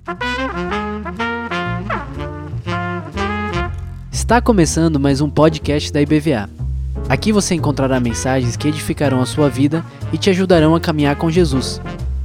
Está começando mais um podcast da IBVA. Aqui você encontrará mensagens que edificarão a sua vida e te ajudarão a caminhar com Jesus.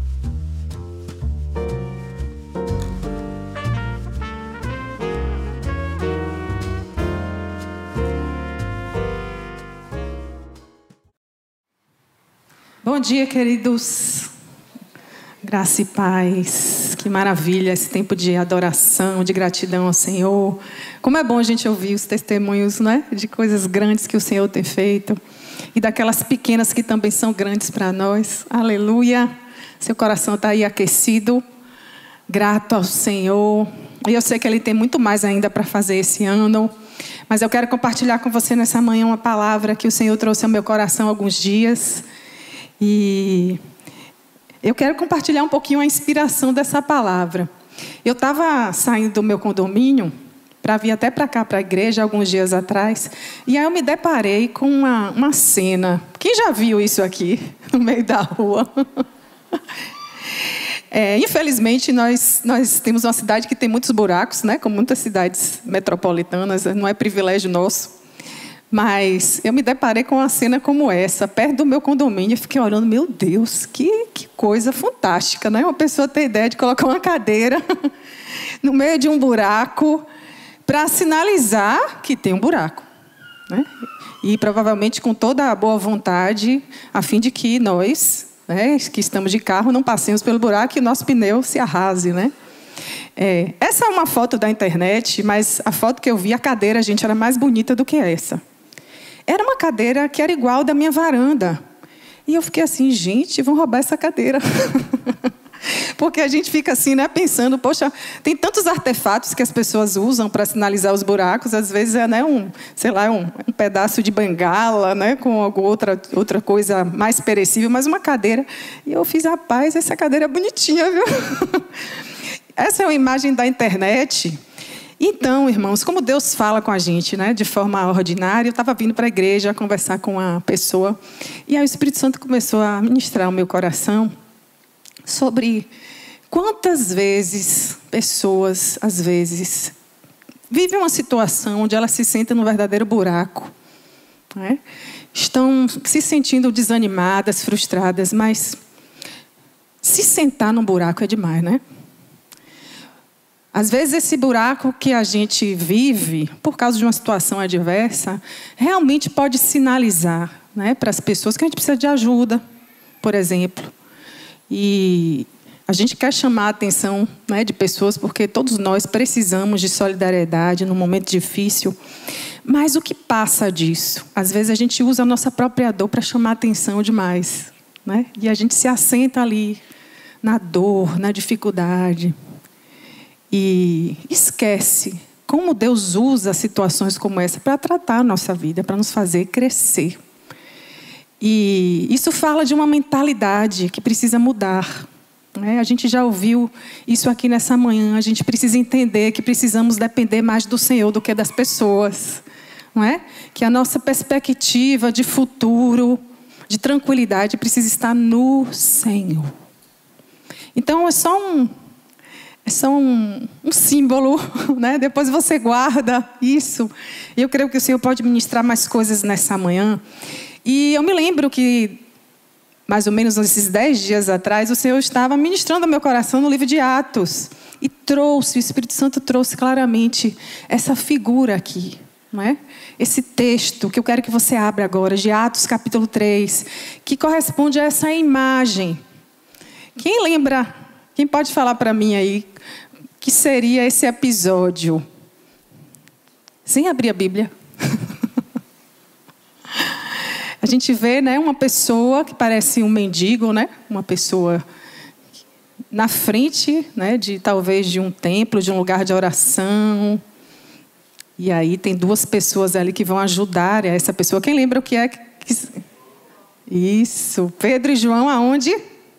Bom dia, queridos. Graça e paz. Que maravilha esse tempo de adoração, de gratidão ao Senhor. Como é bom a gente ouvir os testemunhos, né, de coisas grandes que o Senhor tem feito e daquelas pequenas que também são grandes para nós. Aleluia. Seu coração está aí aquecido, grato ao Senhor. E eu sei que Ele tem muito mais ainda para fazer esse ano. Mas eu quero compartilhar com você nessa manhã uma palavra que o Senhor trouxe ao meu coração há alguns dias. E eu quero compartilhar um pouquinho a inspiração dessa palavra. Eu estava saindo do meu condomínio para vir até para cá, para a igreja, alguns dias atrás. E aí eu me deparei com uma cena. Quem já viu isso aqui, no meio da rua? Infelizmente, nós temos uma cidade que tem muitos buracos, né? Como muitas cidades metropolitanas, não é privilégio nosso. Mas eu me deparei com uma cena como essa, perto do meu condomínio, e fiquei olhando, meu Deus, que coisa fantástica, né? Uma pessoa ter ideia de colocar uma cadeira no meio de um buraco para sinalizar que tem um buraco, né? E provavelmente com toda a boa vontade, a fim de que nós, né, que estamos de carro, não passemos pelo buraco e o nosso pneu se arrase, né? Essa é uma foto da internet, mas a foto que eu vi, a cadeira, gente, era mais bonita do que essa. Era uma cadeira que era igual da minha varanda. E eu fiquei assim, gente, vão roubar essa cadeira. Porque a gente fica assim, né, pensando, poxa, tem tantos artefatos que as pessoas usam para sinalizar os buracos. Às vezes é, né, um pedaço de bengala, né, com alguma outra coisa mais perecível, mas uma cadeira. E eu fiz, rapaz, essa cadeira é bonitinha, viu? Essa é uma imagem da internet. Então, irmãos, como Deus fala com a gente, né, de forma ordinária, eu estava vindo para a igreja conversar com uma pessoa, e aí o Espírito Santo começou a ministrar o meu coração sobre quantas vezes pessoas, às vezes, vivem uma situação onde elas se sentem num verdadeiro buraco, né? Estão se sentindo desanimadas, frustradas, mas se sentar num buraco é demais, né? Às vezes esse buraco que a gente vive, por causa de uma situação adversa, realmente pode sinalizar, né, para as pessoas que a gente precisa de ajuda, por exemplo. E a gente quer chamar a atenção, né, de pessoas, porque todos nós precisamos de solidariedade num momento difícil. Mas o que passa disso? Às vezes a gente usa a nossa própria dor para chamar a atenção demais, né? E a gente se assenta ali na dor, na dificuldade. E esquece como Deus usa situações como essa para tratar a nossa vida, para nos fazer crescer. E isso fala de uma mentalidade que precisa mudar, né? A gente já ouviu isso aqui nessa manhã. A gente precisa entender que precisamos depender mais do Senhor do que das pessoas, não é? Que a nossa perspectiva de futuro, de tranquilidade, precisa estar no Senhor. Então, é só um símbolo, né? Depois você guarda isso. E eu creio que o Senhor pode ministrar mais coisas nessa manhã. E eu me lembro que, mais ou menos nesses 10 dias atrás, o Senhor estava ministrando ao meu coração no livro de Atos. E o Espírito Santo trouxe claramente essa figura aqui, não é? Esse texto que eu quero que você abra agora, de Atos capítulo 3, que corresponde a essa imagem. Quem lembra? Quem pode falar para mim aí que seria esse episódio? Sem abrir a Bíblia. A gente vê, né, uma pessoa que parece um mendigo, né? Uma pessoa na frente, né, talvez de um templo, de um lugar de oração. E aí tem duas pessoas ali que vão ajudar essa pessoa. Quem lembra o que é? Isso. Pedro e João aonde?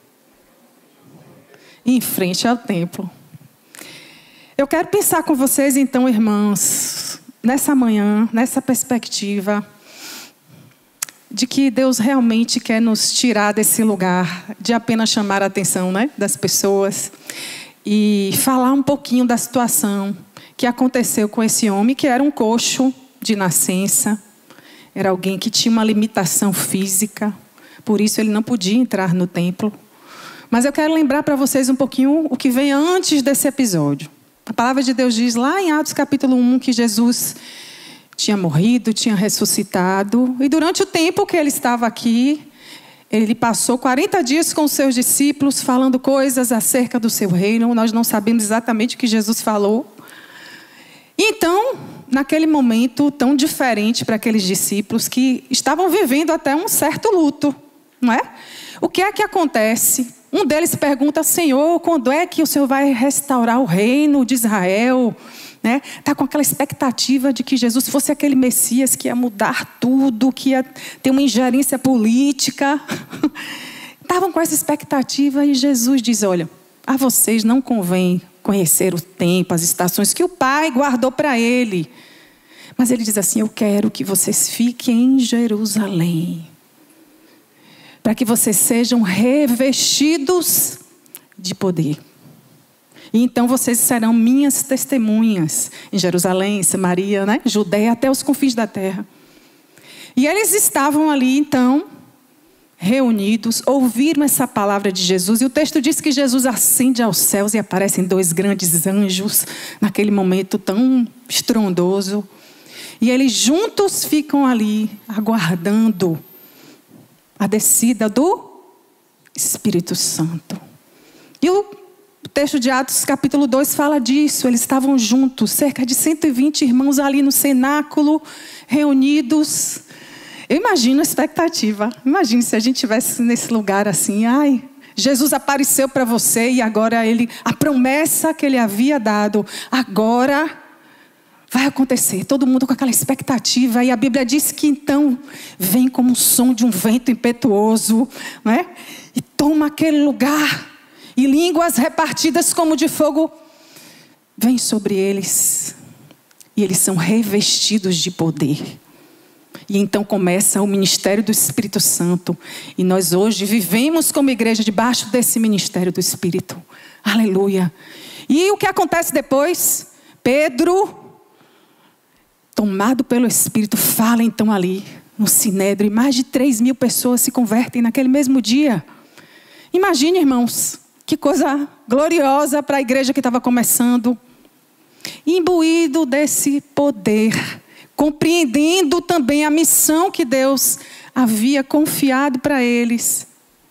Em frente ao templo. Eu quero pensar com vocês, então, irmãos, nessa manhã, nessa perspectiva de que Deus realmente quer nos tirar desse lugar de apenas chamar a atenção, né, das pessoas e falar um pouquinho da situação que aconteceu com esse homem, que era um coxo de nascença, era alguém que tinha uma limitação física, por isso ele não podia entrar no templo. Mas eu quero lembrar para vocês um pouquinho o que vem antes desse episódio. A palavra de Deus diz lá em Atos capítulo 1 que Jesus tinha morrido, tinha ressuscitado. E durante o tempo que ele estava aqui, ele passou 40 dias com os seus discípulos, falando coisas acerca do seu reino. Nós não sabemos exatamente o que Jesus falou. Então, naquele momento tão diferente para aqueles discípulos que estavam vivendo até um certo luto, não é? O que é que acontece? Um deles pergunta: Senhor, quando é que o Senhor vai restaurar o reino de Israel? Está com aquela expectativa de que Jesus fosse aquele Messias que ia mudar tudo, que ia ter uma ingerência política. Estavam com essa expectativa e Jesus diz: olha, a vocês não convém conhecer o tempo, as estações que o Pai guardou para ele. Mas ele diz assim: eu quero que vocês fiquem em Jerusalém, para que vocês sejam revestidos de poder. E então vocês serão minhas testemunhas em Jerusalém, Samaria, Judeia, até os confins da terra. E eles estavam ali então, reunidos, ouviram essa palavra de Jesus. E o texto diz que Jesus ascende aos céus e aparecem 2 grandes anjos, naquele momento tão estrondoso. E eles juntos ficam ali, aguardando a descida do Espírito Santo. E o texto de Atos capítulo 2 fala disso. Eles estavam juntos, cerca de 120 irmãos ali no cenáculo, reunidos. Eu imagino a expectativa. Imagine se a gente estivesse nesse lugar assim. Ai, Jesus apareceu para você e agora a promessa que ele havia dado, agora vai acontecer. Todo mundo com aquela expectativa. E a Bíblia diz que então vem como o som de um vento impetuoso, e toma aquele lugar. E línguas repartidas como de fogo vêm sobre eles. E eles são revestidos de poder. E então começa o ministério do Espírito Santo. E nós hoje vivemos como igreja debaixo desse ministério do Espírito. Aleluia. E o que acontece depois? Pedro, tomado pelo Espírito, fala então ali no Sinédrio. E mais de 3.000 pessoas se convertem naquele mesmo dia. Imagine, irmãos, que coisa gloriosa para a igreja que estava começando. Imbuído desse poder, compreendendo também a missão que Deus havia confiado para eles.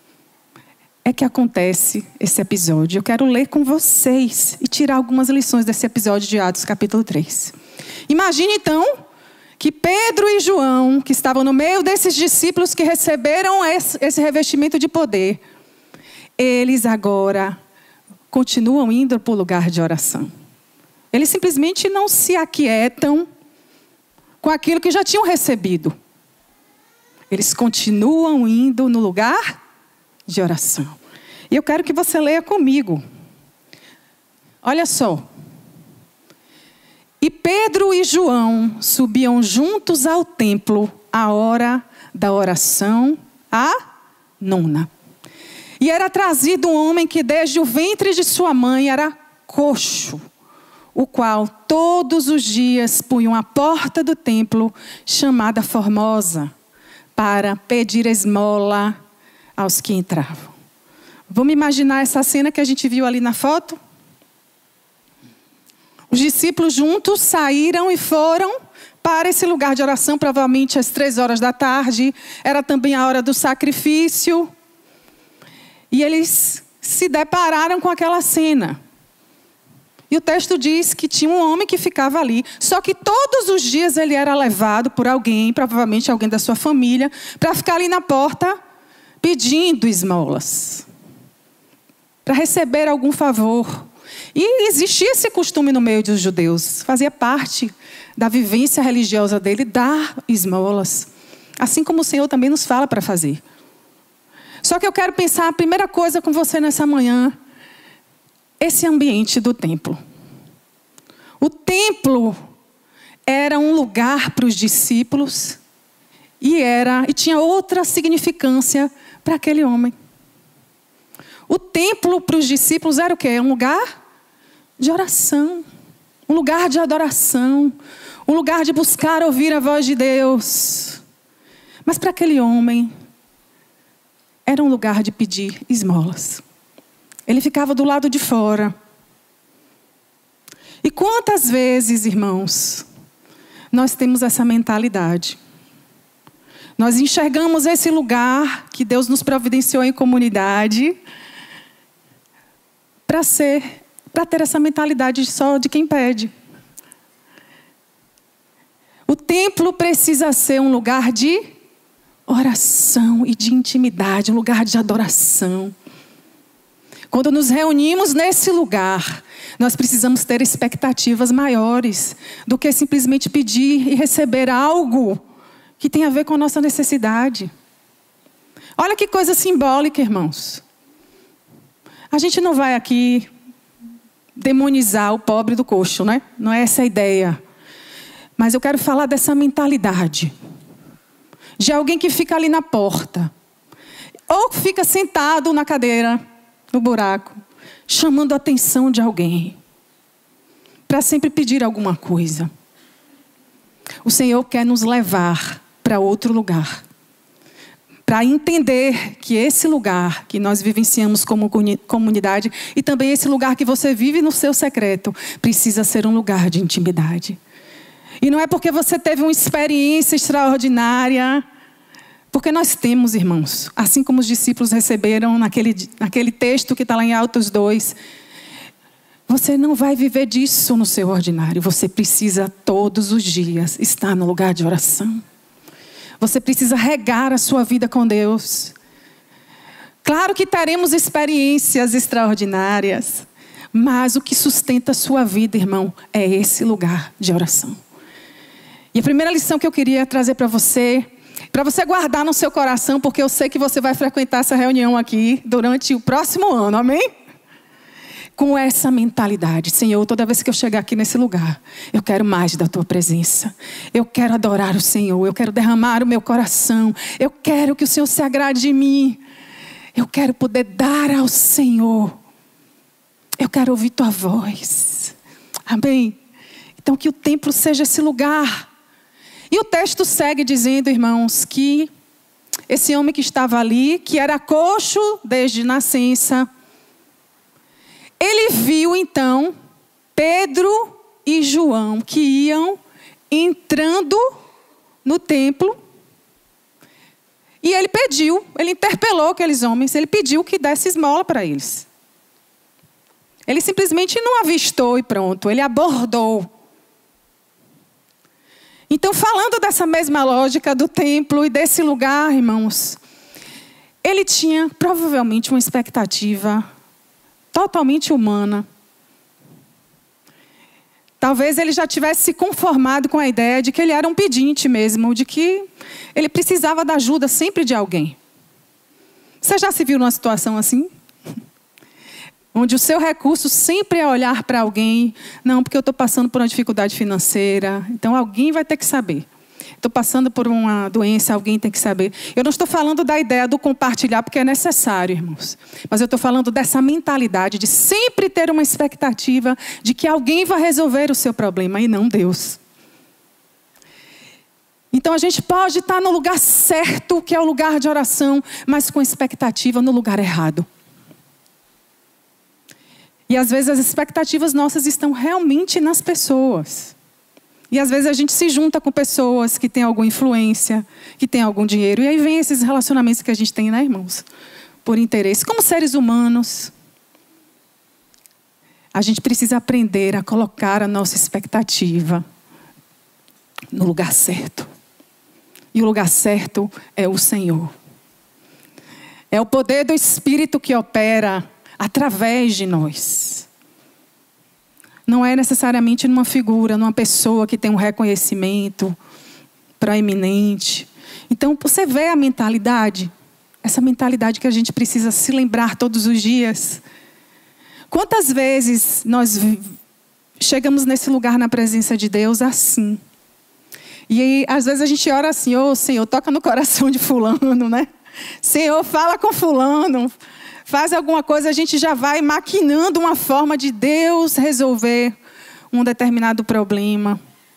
É que acontece esse episódio. Eu quero ler com vocês e tirar algumas lições desse episódio de Atos capítulo 3. Imagine então que Pedro e João, que estavam no meio desses discípulos que receberam esse revestimento de poder, eles agora continuam indo para o lugar de oração. Eles simplesmente não se aquietam com aquilo que já tinham recebido. Eles continuam indo no lugar de oração. E eu quero que você leia comigo. Olha só. E Pedro e João subiam juntos ao templo à hora da oração, a 9. E era trazido um homem que desde o ventre de sua mãe era coxo, o qual todos os dias punham à porta do templo, chamada Formosa, para pedir esmola aos que entravam. Vamos imaginar essa cena que a gente viu ali na foto? Os discípulos juntos saíram e foram para esse lugar de oração, provavelmente às 3 da tarde. Era também a hora do sacrifício. E eles se depararam com aquela cena. E o texto diz que tinha um homem que ficava ali. Só que todos os dias ele era levado por alguém, provavelmente alguém da sua família, para ficar ali na porta pedindo esmolas, para receber algum favor. E existia esse costume no meio dos judeus. Fazia parte da vivência religiosa dele dar esmolas. Assim como o Senhor também nos fala para fazer. Só que eu quero pensar a primeira coisa com você nessa manhã. Esse ambiente do templo. O templo era um lugar para os discípulos e tinha outra significância para aquele homem. O templo para os discípulos era o quê? Um lugar de oração, um lugar de adoração, um lugar de buscar ouvir a voz de Deus. Mas para aquele homem, era um lugar de pedir esmolas. Ele ficava do lado de fora. E quantas vezes, irmãos, nós temos essa mentalidade? Nós enxergamos esse lugar que Deus nos providenciou em comunidade para ter essa mentalidade só de quem pede. O templo precisa ser um lugar de oração e de intimidade, um lugar de adoração. Quando nos reunimos nesse lugar, nós precisamos ter expectativas maiores do que simplesmente pedir e receber algo que tem a ver com a nossa necessidade. Olha que coisa simbólica, irmãos. A gente não vai aqui demonizar o pobre do coxo, né? Não é essa a ideia. Mas eu quero falar dessa mentalidade. De alguém que fica ali na porta. Ou fica sentado na cadeira, no buraco, chamando a atenção de alguém. Para sempre pedir alguma coisa. O Senhor quer nos levar para outro lugar. Para entender que esse lugar que nós vivenciamos como comunidade, e também esse lugar que você vive no seu secreto, precisa ser um lugar de intimidade. E não é porque você teve uma experiência extraordinária, porque nós temos, irmãos, assim como os discípulos receberam naquele texto que está lá em Atos 2, você não vai viver disso no seu ordinário. Você precisa todos os dias estar no lugar de oração. Você precisa regar a sua vida com Deus. Claro que teremos experiências extraordinárias, mas o que sustenta a sua vida, irmão, é esse lugar de oração. E a primeira lição que eu queria trazer para você guardar no seu coração, porque eu sei que você vai frequentar essa reunião aqui durante o próximo ano, amém? Com essa mentalidade: Senhor, toda vez que eu chegar aqui nesse lugar, eu quero mais da Tua presença. Eu quero adorar o Senhor, eu quero derramar o meu coração. Eu quero que o Senhor se agrade de mim. Eu quero poder dar ao Senhor. Eu quero ouvir Tua voz. Amém? Então que o templo seja esse lugar. E o texto segue dizendo, irmãos, que esse homem que estava ali, que era coxo desde nascença, ele viu então Pedro e João que iam entrando no templo. E ele interpelou aqueles homens, ele pediu que desse esmola para eles. Ele simplesmente não avistou e pronto, ele abordou. Então, falando dessa mesma lógica do templo e desse lugar, irmãos, ele tinha provavelmente uma expectativa totalmente humana. Talvez ele já tivesse se conformado com a ideia de que ele era um pedinte mesmo, de que ele precisava da ajuda sempre de alguém. Você já se viu numa situação assim? Onde o seu recurso sempre é olhar para alguém. Não, porque eu estou passando por uma dificuldade financeira. Então alguém vai ter que saber. Estou passando por uma doença, alguém tem que saber. Eu não estou falando da ideia do compartilhar, porque é necessário, irmãos. Mas eu estou falando dessa mentalidade de sempre ter uma expectativa de que alguém vai resolver o seu problema e não Deus. Então a gente pode estar no lugar certo, que é o lugar de oração, mas com expectativa no lugar errado. E às vezes as expectativas nossas estão realmente nas pessoas. E às vezes a gente se junta com pessoas que têm alguma influência, que têm algum dinheiro. E aí vem esses relacionamentos que a gente tem, né, irmãos? Por interesse. Como seres humanos, a gente precisa aprender a colocar a nossa expectativa no lugar certo. E o lugar certo é o Senhor. É o poder do Espírito que opera através de nós. Não é necessariamente numa figura, numa pessoa que tem um reconhecimento proeminente. Então, você vê a mentalidade, essa mentalidade que a gente precisa se lembrar todos os dias. Quantas vezes nós chegamos nesse lugar na presença de Deus assim? E aí, às vezes a gente ora assim: ô Senhor, toca no coração de fulano, né? Senhor, fala com fulano. faz alguma coisa, a gente já vai maquinando uma forma de Deus resolver um determinado problema.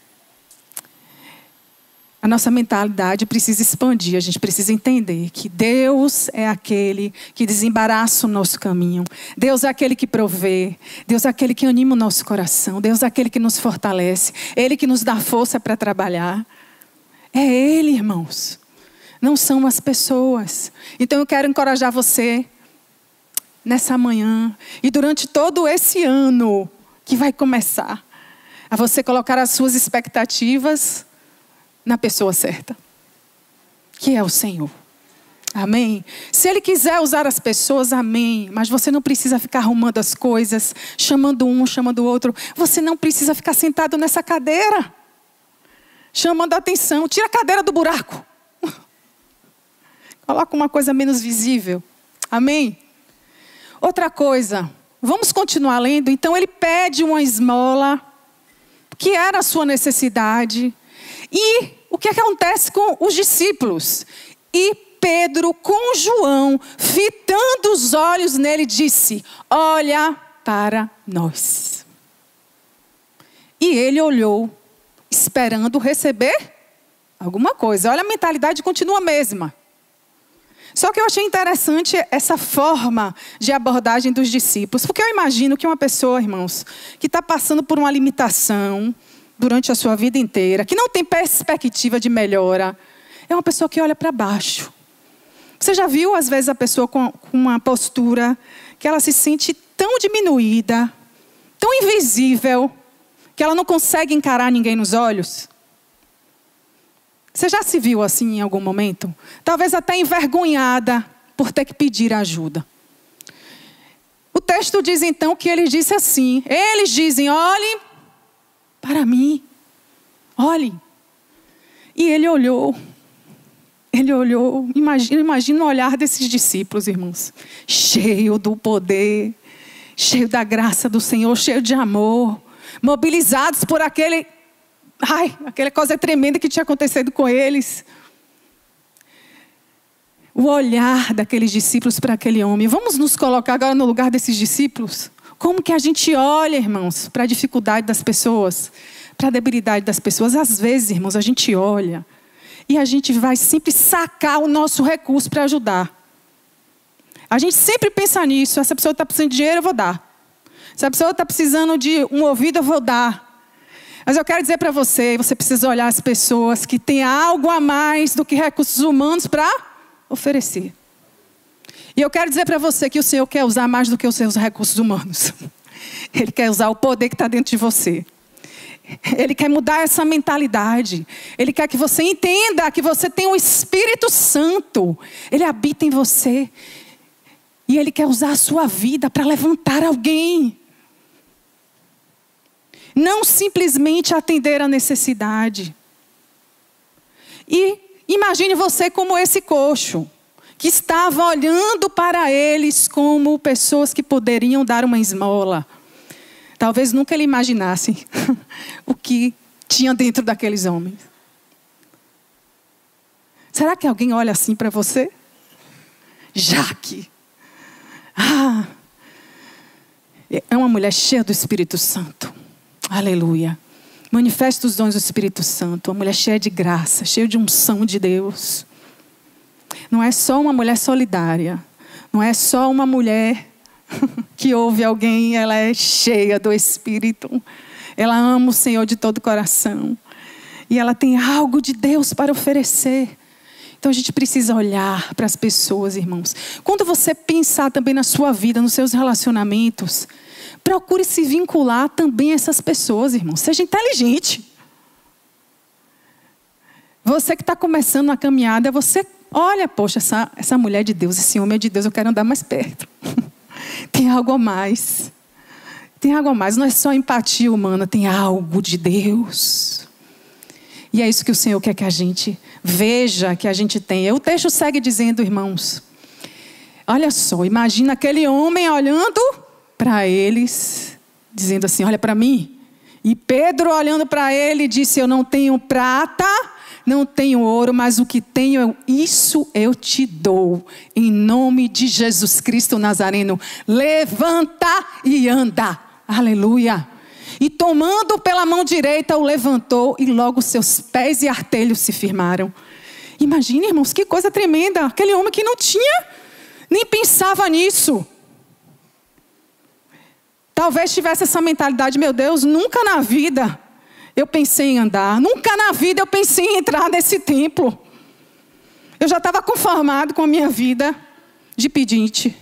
A nossa mentalidade precisa expandir, a gente precisa entender que Deus é aquele que desembaraça o nosso caminho. Deus é aquele que provê, Deus é aquele que anima o nosso coração, Deus é aquele que nos fortalece, Ele que nos dá força para trabalhar. É Ele, irmãos, não são as pessoas. Então eu quero encorajar você nessa manhã e durante todo esse ano que vai começar, a você colocar as suas expectativas na pessoa certa, que é o Senhor. Amém? Se Ele quiser usar as pessoas, amém. Mas você não precisa ficar arrumando as coisas, chamando um, chamando o outro. Você não precisa ficar sentado nessa cadeira, chamando a atenção. Tira a cadeira do buraco. Coloca uma coisa menos visível. Amém? Outra coisa, vamos continuar lendo. Então ele pede uma esmola, que era a sua necessidade. E o que acontece com os discípulos? E Pedro, com João, fitando os olhos nele, disse: olha para nós. E ele olhou, esperando receber alguma coisa. Olha, a mentalidade continua a mesma. Só que eu achei interessante essa forma de abordagem dos discípulos. Porque eu imagino que uma pessoa, irmãos, que está passando por uma limitação durante a sua vida inteira, que não tem perspectiva de melhora, é uma pessoa que olha para baixo. Você já viu, às vezes, a pessoa com uma postura que ela se sente tão diminuída, tão invisível, que ela não consegue encarar ninguém nos olhos? Você já se viu assim em algum momento? Talvez até envergonhada por ter que pedir ajuda. O texto diz então que ele disse assim, eles dizem: olhe para mim, olhe. E ele olhou, imagina o olhar desses discípulos, irmãos, cheio do poder, cheio da graça do Senhor, cheio de amor, mobilizados por aquela coisa tremenda que tinha acontecido com eles. O olhar daqueles discípulos para aquele homem. Vamos nos colocar agora no lugar desses discípulos? Como que a gente olha, irmãos, para a dificuldade das pessoas, para a debilidade das pessoas? Às vezes, irmãos, a gente olha e a gente vai sempre sacar o nosso recurso para ajudar. A gente sempre pensa nisso. Essa pessoa está precisando de dinheiro, eu vou dar. Se a pessoa está precisando de um ouvido, eu vou dar. Mas eu quero dizer para você precisa olhar as pessoas que têm algo a mais do que recursos humanos para oferecer. E eu quero dizer para você que o Senhor quer usar mais do que os seus recursos humanos. Ele quer usar o poder que está dentro de você. Ele quer mudar essa mentalidade. Ele quer que você entenda que você tem um Espírito Santo. Ele habita em você. E Ele quer usar a sua vida para levantar alguém. Não simplesmente atender a necessidade. E imagine você como esse coxo, que estava olhando para eles como pessoas que poderiam dar uma esmola. Talvez nunca ele imaginasse o que tinha dentro daqueles homens. Será que alguém olha assim para você? Jaque. É uma mulher cheia do Espírito Santo. Aleluia. Manifesta os dons do Espírito Santo. Uma mulher cheia de graça, cheia de unção de Deus. Não é só uma mulher solidária. Não é só uma mulher que ouve alguém, ela é cheia do Espírito. Ela ama o Senhor de todo o coração. E ela tem algo de Deus para oferecer. Então a gente precisa olhar para as pessoas, irmãos. Quando você pensar também na sua vida, nos seus relacionamentos, procure se vincular também a essas pessoas, irmãos. Seja inteligente. Você que está começando a caminhada, você olha, poxa, essa mulher é de Deus, esse homem é de Deus, eu quero andar mais perto. Tem algo a mais. Tem algo a mais. Não é só empatia humana, tem algo de Deus. E é isso que o Senhor quer que a gente veja, que a gente tenha. O texto segue dizendo, irmãos, olha só, imagina aquele homem olhando para eles, dizendo assim, olha para mim. E Pedro olhando para ele disse, eu não tenho prata, não tenho ouro, mas o que tenho, isso eu te dou. Em nome de Jesus Cristo Nazareno, levanta e anda. Aleluia. E tomando pela mão direita, o levantou e logo seus pés e artelhos se firmaram. Imagine, irmãos, que coisa tremenda. Aquele homem que não tinha, nem pensava nisso. Talvez tivesse essa mentalidade, meu Deus, nunca na vida eu pensei em andar. Nunca na vida eu pensei em entrar nesse templo. Eu já estava conformado com a minha vida de pedinte.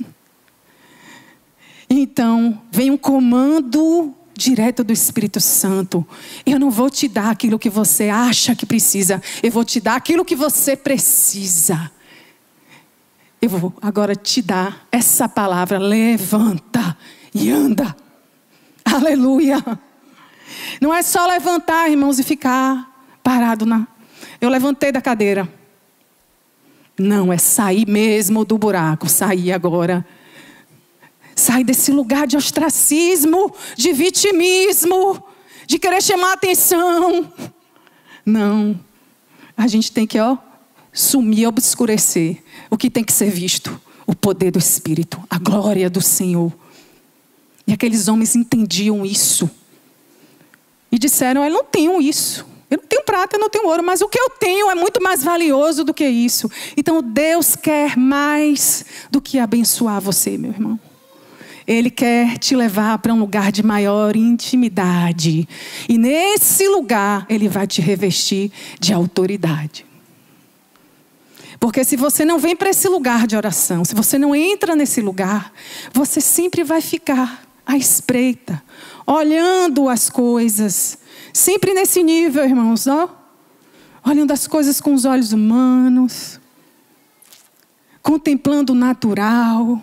Então, vem um comando direto do Espírito Santo. Eu não vou te dar aquilo que você acha que precisa. Eu vou te dar aquilo que você precisa. Eu vou agora te dar essa palavra. Levanta e anda. Aleluia. Não é só levantar, irmãos, e ficar parado na... Eu levantei da cadeira. Não, é sair mesmo do buraco. Sair agora. Sair desse lugar de ostracismo, de vitimismo, de querer chamar atenção. Não. A gente tem que, sumir, obscurecer o que tem que ser visto. O poder do Espírito, a glória do Senhor. E aqueles homens entendiam isso. E disseram, eu não tenho isso. Eu não tenho prata, eu não tenho ouro, mas o que eu tenho é muito mais valioso do que isso. Então Deus quer mais do que abençoar você, meu irmão. Ele quer te levar para um lugar de maior intimidade. E nesse lugar, Ele vai te revestir de autoridade. Porque se você não vem para esse lugar de oração, se você não entra nesse lugar, você sempre vai ficar à espreita, olhando as coisas. Sempre nesse nível, irmãos, olhando as coisas com os olhos humanos. Contemplando o natural.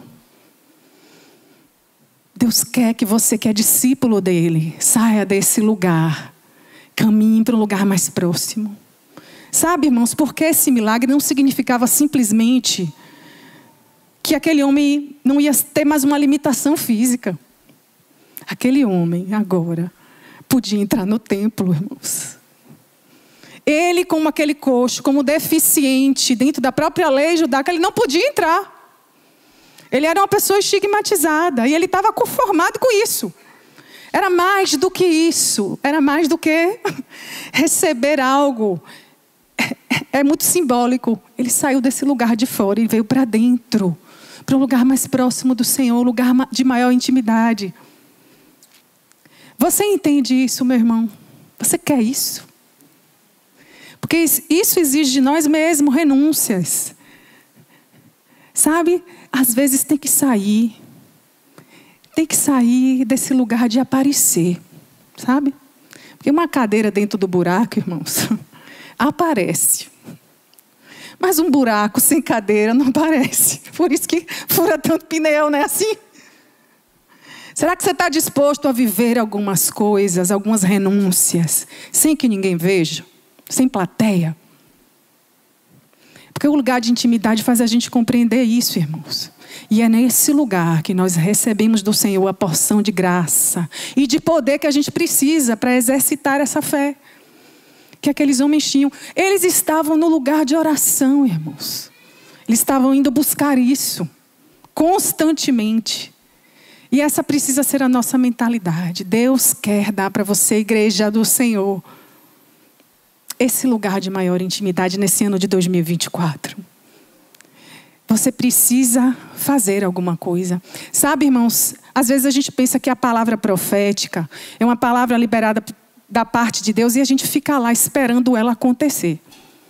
Deus quer que você que é discípulo dele, saia desse lugar, caminhe para um lugar mais próximo. Sabe, irmãos, porque esse milagre não significava simplesmente que aquele homem não ia ter mais uma limitação física. Aquele homem agora podia entrar no templo, irmãos. Ele, como aquele coxo, como deficiente dentro da própria lei judaica, ele não podia entrar. Ele era uma pessoa estigmatizada e ele estava conformado com isso. Era mais do que isso. Era mais do que receber algo. É muito simbólico. Ele saiu desse lugar de fora e veio para dentro. Para um lugar mais próximo do Senhor. Um lugar de maior intimidade. Você entende isso, meu irmão? Você quer isso? Porque isso exige de nós mesmos renúncias. Sabe? Às vezes tem que sair desse lugar de aparecer, sabe? Porque uma cadeira dentro do buraco, irmãos, aparece. Mas um buraco sem cadeira não aparece. Por isso que fura tanto pneu, não é assim? Será que você está disposto a viver algumas coisas, algumas renúncias, sem que ninguém veja? Sem plateia? Porque o lugar de intimidade faz a gente compreender isso, irmãos. E é nesse lugar que nós recebemos do Senhor a porção de graça e de poder que a gente precisa para exercitar essa fé. Que aqueles homens tinham. Eles estavam no lugar de oração, irmãos. Eles estavam indo buscar isso constantemente. E essa precisa ser a nossa mentalidade. Deus quer dar para você, igreja do Senhor, esse lugar de maior intimidade nesse ano de 2024. Você precisa fazer alguma coisa. Sabe, irmãos, às vezes a gente pensa que a palavra profética é uma palavra liberada da parte de Deus e a gente fica lá esperando ela acontecer.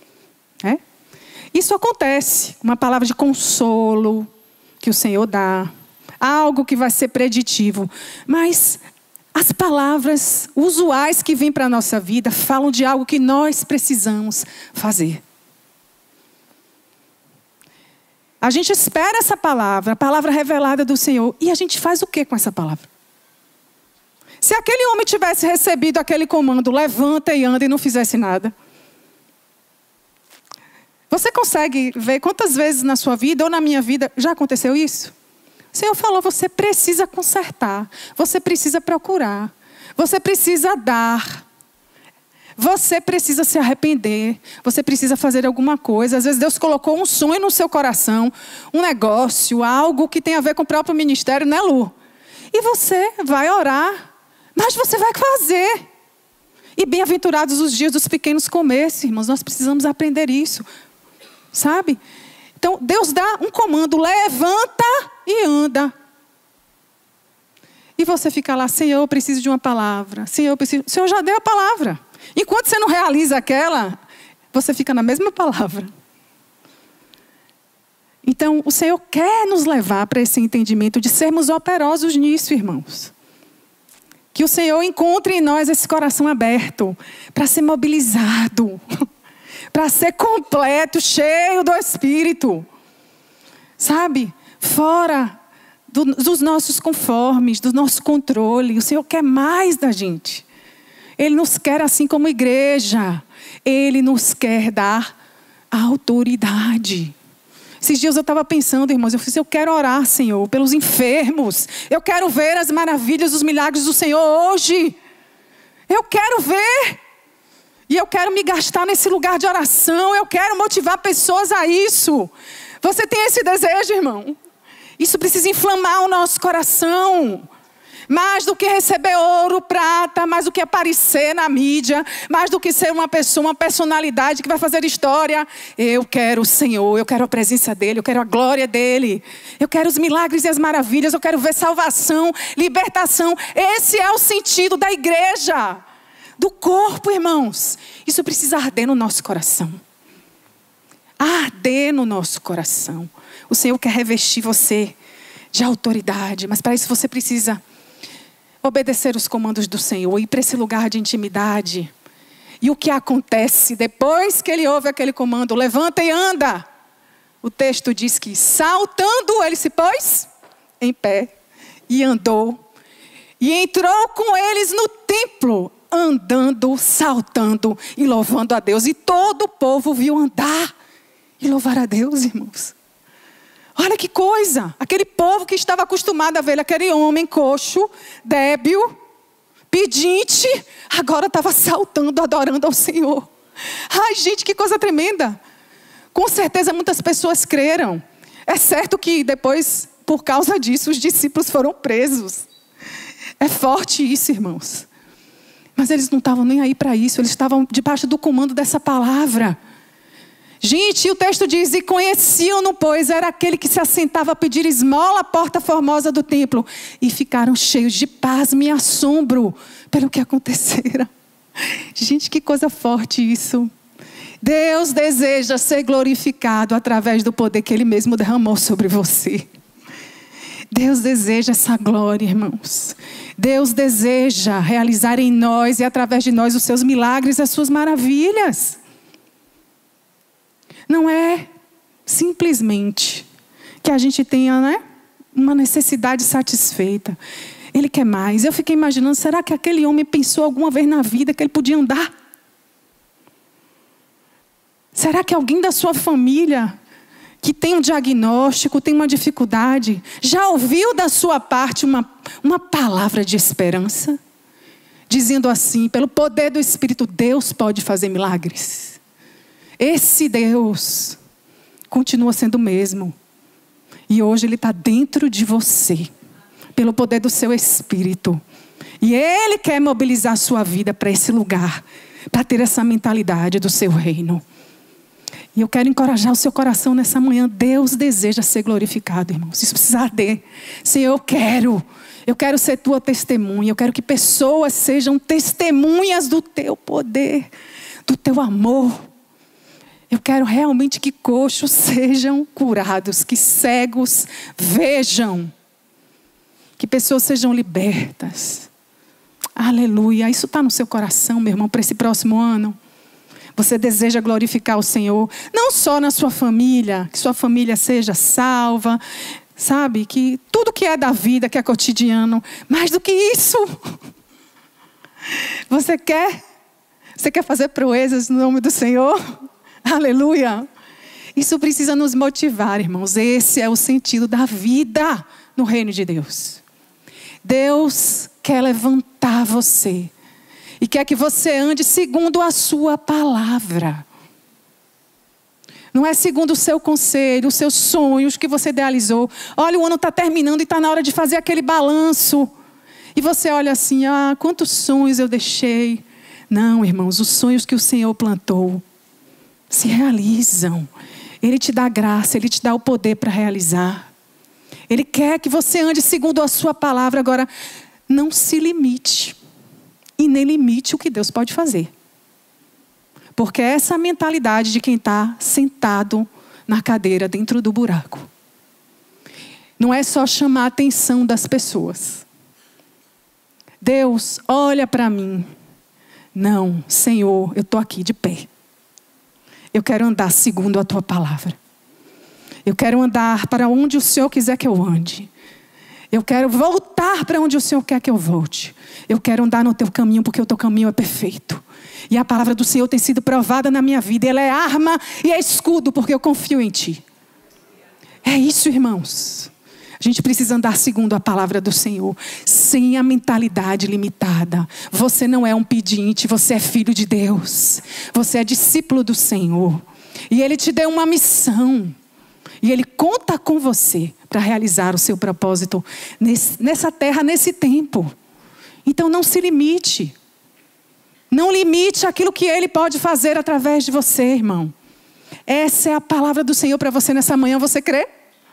Isso acontece. Uma palavra de consolo que o Senhor dá. Algo que vai ser preditivo. Mas as palavras usuais que vêm para a nossa vida falam de algo que nós precisamos fazer. A gente espera essa palavra, a palavra revelada do Senhor. E a gente faz o que com essa palavra? Se aquele homem tivesse recebido aquele comando, levanta e anda, e não fizesse nada. Você consegue ver quantas vezes na sua vida ou na minha vida já aconteceu isso? O Senhor falou, você precisa consertar, você precisa procurar, você precisa dar. você precisa se arrepender. Você precisa fazer alguma coisa. Às vezes Deus colocou um sonho no seu coração, um negócio, algo que tem a ver com o próprio ministério, né, Lu? E você vai orar, mas você vai fazer. E bem-aventurados os dias dos pequenos começos, irmãos. Nós precisamos aprender isso, sabe? Então, Deus dá um comando, levanta e anda. E você fica lá, Senhor, eu preciso de uma palavra. Senhor, eu preciso... O Senhor já deu a palavra. Enquanto você não realiza aquela, você fica na mesma palavra. Então, o Senhor quer nos levar para esse entendimento de sermos operosos nisso, irmãos. Que o Senhor encontre em nós esse coração aberto para ser mobilizado, para ser completo, cheio do Espírito. Sabe? Fora dos nossos conformes, do nosso controle. O Senhor quer mais da gente. Ele nos quer assim como igreja. Ele nos quer dar autoridade. Esses dias eu estava pensando, irmãos, eu quero orar, Senhor, pelos enfermos. Eu quero ver as maravilhas, os milagres do Senhor hoje. Eu quero ver. E eu quero me gastar nesse lugar de oração. Eu quero motivar pessoas a isso. Você tem esse desejo, irmão? Isso precisa inflamar o nosso coração. Mais do que receber ouro, prata, mais do que aparecer na mídia, mais do que ser uma pessoa, uma personalidade que vai fazer história. Eu quero o Senhor, eu quero a presença dEle, eu quero a glória dEle. Eu quero os milagres e as maravilhas, eu quero ver salvação, libertação. Esse é o sentido da igreja, do corpo, irmãos. Isso precisa arder no nosso coração. Arder no nosso coração. O Senhor quer revestir você de autoridade, mas para isso você precisa obedecer os comandos do Senhor, ir para esse lugar de intimidade. E o que acontece depois que ele ouve aquele comando, levanta e anda. O texto diz que saltando ele se pôs em pé e andou. E entrou com eles no templo, andando, saltando e louvando a Deus. E todo o povo viu andar e louvar a Deus, irmãos. Olha que coisa, aquele povo que estava acostumado a ver aquele homem coxo, débil, pedinte, agora estava saltando, adorando ao Senhor. Ai, gente, que coisa tremenda. Com certeza muitas pessoas creram. É certo que depois, por causa disso, os discípulos foram presos. É forte isso, irmãos. Mas eles não estavam nem aí para isso, eles estavam debaixo do comando dessa palavra. Gente, o texto diz, e conheciam-no, pois era aquele que se assentava a pedir esmola à porta formosa do templo. E ficaram cheios de pasmo e assombro pelo que acontecera. Gente, que coisa forte isso. Deus deseja ser glorificado através do poder que Ele mesmo derramou sobre você. Deus deseja essa glória, irmãos. Deus deseja realizar em nós e através de nós os seus milagres e as suas maravilhas. Não é simplesmente que a gente tenha, né, uma necessidade satisfeita. Ele quer mais. Eu fiquei imaginando, será que aquele homem pensou alguma vez na vida que ele podia andar? Será que alguém da sua família que tem um diagnóstico, tem uma dificuldade, já ouviu da sua parte uma palavra de esperança? Dizendo assim, pelo poder do Espírito, Deus pode fazer milagres. Esse Deus continua sendo o mesmo. E hoje Ele está dentro de você. Pelo poder do seu Espírito. E Ele quer mobilizar a sua vida para esse lugar. Para ter essa mentalidade do seu reino. E eu quero encorajar o seu coração nessa manhã. Deus deseja ser glorificado, irmãos. Isso precisa arder. Senhor, eu quero ser tua testemunha. Eu quero que pessoas sejam testemunhas do teu poder. Do teu amor. Eu quero realmente que coxos sejam curados, que cegos vejam, que pessoas sejam libertas. Aleluia, isso está no seu coração, meu irmão, para esse próximo ano. Você deseja glorificar o Senhor, não só na sua família, que sua família seja salva, sabe, que tudo que é da vida, que é cotidiano, mais do que isso. Você quer fazer proezas no nome do Senhor? Aleluia. Isso precisa nos motivar, irmãos. Esse é o sentido da vida no reino de Deus. Deus quer levantar você E quer que você ande segundo a sua palavra. Não é segundo o seu conselho, os seus sonhos que você idealizou. Olha, o ano está terminando e está na hora de fazer aquele balanço. E você olha assim, quantos sonhos eu deixei. Não, irmãos, os sonhos que o Senhor plantou se realizam. Ele te dá graça, Ele te dá o poder para realizar. Ele quer que você ande segundo a sua palavra. Agora, não se limite. E nem limite o que Deus pode fazer. Porque é essa a mentalidade de quem está sentado na cadeira dentro do buraco. Não é só chamar a atenção das pessoas. Deus, olha para mim. Não, Senhor, eu estou aqui de pé. Eu quero andar segundo a tua palavra. Eu quero andar para onde o Senhor quiser que eu ande. Eu quero voltar para onde o Senhor quer que eu volte. Eu quero andar no teu caminho porque o teu caminho é perfeito. E a palavra do Senhor tem sido provada na minha vida. Ela é arma e é escudo porque eu confio em ti. É isso, irmãos. A gente precisa andar segundo a palavra do Senhor. Sem a mentalidade limitada. Você não é um pedinte, você é filho de Deus. Você é discípulo do Senhor. E Ele te deu uma missão. E Ele conta com você para realizar o seu propósito nessa terra, nesse tempo. Então não se limite. Não limite aquilo que Ele pode fazer através de você, irmão. Essa é a palavra do Senhor para você nessa manhã. Você crê?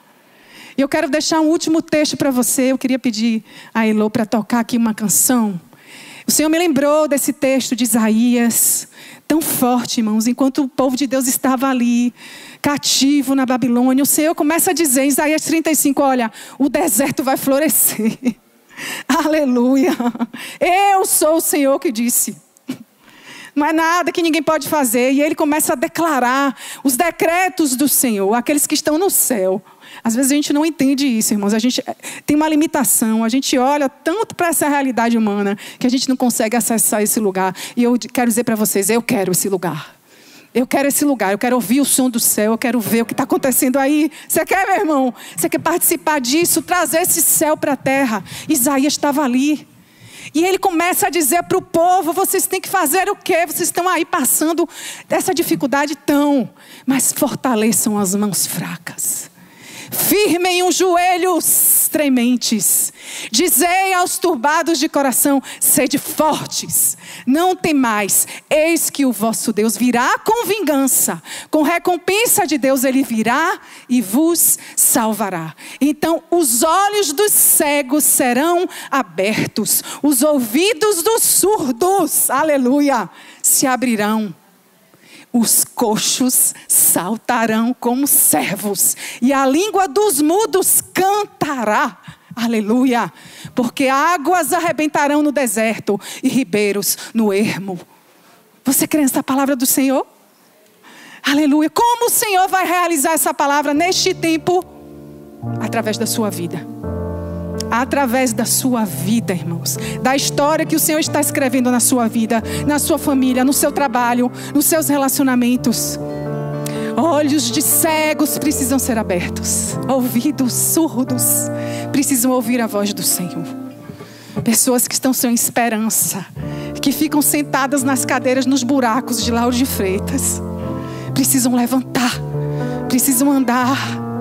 E eu quero deixar um último texto para você. Eu queria pedir a Elô para tocar aqui uma canção. O Senhor me lembrou desse texto de Isaías. Tão forte, irmãos. Enquanto o povo de Deus estava ali, cativo na Babilônia, o Senhor começa a dizer em Isaías 35, olha, o deserto vai florescer. Aleluia. Eu sou o Senhor que disse. Não é nada que ninguém pode fazer. E Ele começa a declarar os decretos do Senhor, aqueles que estão no céu. Às vezes a gente não entende isso, irmãos. A gente tem uma limitação. A gente olha tanto para essa realidade humana que a gente não consegue acessar esse lugar. E eu quero dizer para vocês, eu quero esse lugar. Eu quero esse lugar. Eu quero ouvir o som do céu. Eu quero ver o que está acontecendo aí. Você quer, meu irmão? Você quer participar disso? Trazer esse céu para a terra. Isaías estava ali. E ele começa a dizer para o povo, vocês têm que fazer o quê? Vocês estão aí passando dessa dificuldade mas fortaleçam as mãos fracas. Firmem os joelhos trementes. Dizei aos turbados de coração, sede fortes, não temais. Eis que o vosso Deus virá com vingança. Com recompensa de Deus ele virá e vos salvará. Então os olhos dos cegos serão abertos. Os ouvidos dos surdos, aleluia, se abrirão. Os coxos saltarão como servos. E a língua dos mudos cantará. Aleluia. Porque águas arrebentarão no deserto e ribeiros no ermo. Você crê nessa palavra do Senhor? Aleluia. Como o Senhor vai realizar essa palavra neste tempo? Através da sua vida. Através da sua vida, irmãos. Da história que o Senhor está escrevendo na sua vida, na sua família, no seu trabalho, nos seus relacionamentos. Olhos de cegos precisam ser abertos. Ouvidos surdos precisam ouvir a voz do Senhor. Pessoas que estão sem esperança, que ficam sentadas nas cadeiras, nos buracos de Lauro de Freitas, precisam levantar, precisam andar.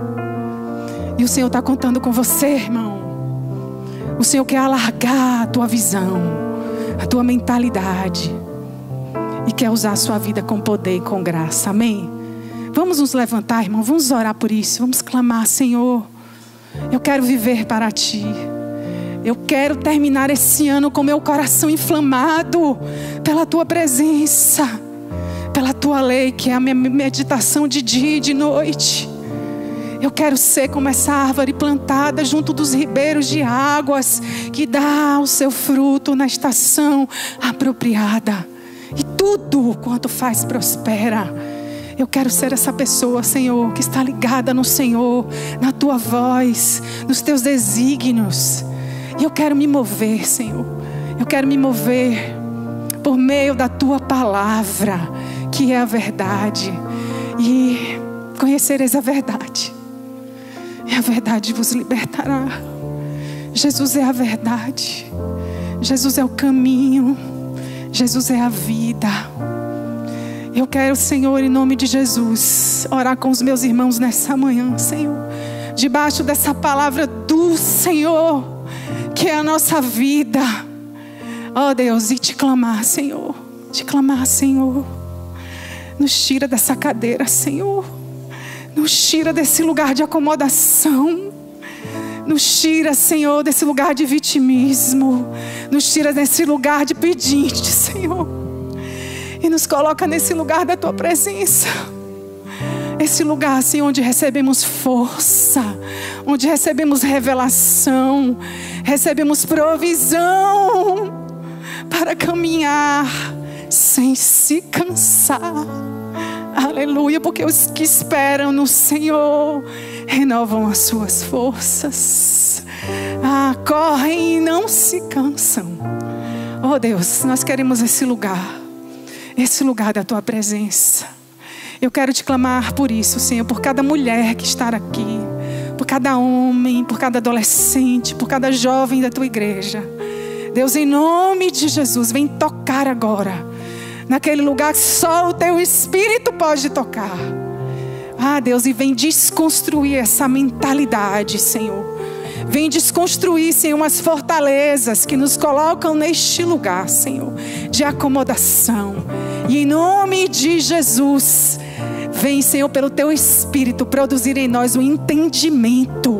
E o Senhor está contando com você, irmão. O Senhor quer alargar a tua visão, a tua mentalidade. E quer usar a sua vida com poder e com graça. Amém? Vamos nos levantar, irmão. Vamos orar por isso. Vamos clamar, Senhor. Eu quero viver para Ti. Eu quero terminar esse ano com meu coração inflamado pela Tua presença. Pela Tua lei, que é a minha meditação de dia e de noite. Eu quero ser como essa árvore plantada junto dos ribeiros de águas, que dá o seu fruto na estação apropriada. E tudo quanto faz prospera. Eu quero ser essa pessoa, Senhor, que está ligada no Senhor, na Tua voz, nos Teus desígnios. E eu quero me mover, Senhor. Eu quero me mover por meio da Tua palavra, que é a verdade. E conhecereis a verdade. E a verdade vos libertará. Jesus é a verdade. Jesus é o caminho. Jesus é a vida. Eu quero, Senhor, em nome de Jesus, orar com os meus irmãos nessa manhã, Senhor, debaixo dessa palavra do Senhor, que é a nossa vida. Ó Deus, e te clamar, Senhor. Te clamar, Senhor. Nos tira dessa cadeira, Senhor. Nos tira desse lugar de acomodação. Nos tira, Senhor, desse lugar de vitimismo. Nos tira desse lugar de pedinte, Senhor. E nos coloca nesse lugar da Tua presença. Esse lugar, Senhor, onde recebemos força. Onde recebemos revelação. Recebemos provisão. Para caminhar sem se cansar. Aleluia, porque os que esperam no Senhor renovam as suas forças. Correm e não se cansam. Oh Deus, nós queremos esse lugar da Tua presença. Eu quero te clamar por isso, Senhor, por cada mulher que está aqui, por cada homem, por cada adolescente, por cada jovem da Tua igreja. Deus, em nome de Jesus, vem tocar agora naquele lugar que só o Teu Espírito pode tocar. Deus, e vem desconstruir essa mentalidade, Senhor. Vem desconstruir, Senhor, umas fortalezas que nos colocam neste lugar, Senhor, de acomodação. E em nome de Jesus, vem, Senhor, pelo Teu Espírito produzir em nós o entendimento,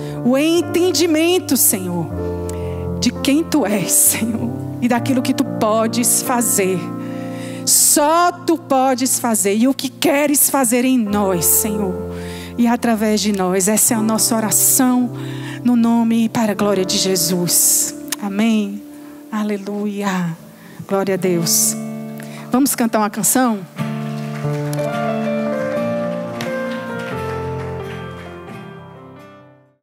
Senhor, de quem Tu és, Senhor, e daquilo que Tu podes fazer. Só Tu podes fazer, e o que queres fazer em nós, Senhor, e através de nós. Essa é a nossa oração, no nome e para a glória de Jesus. Amém. Aleluia. Glória a Deus. Vamos cantar uma canção?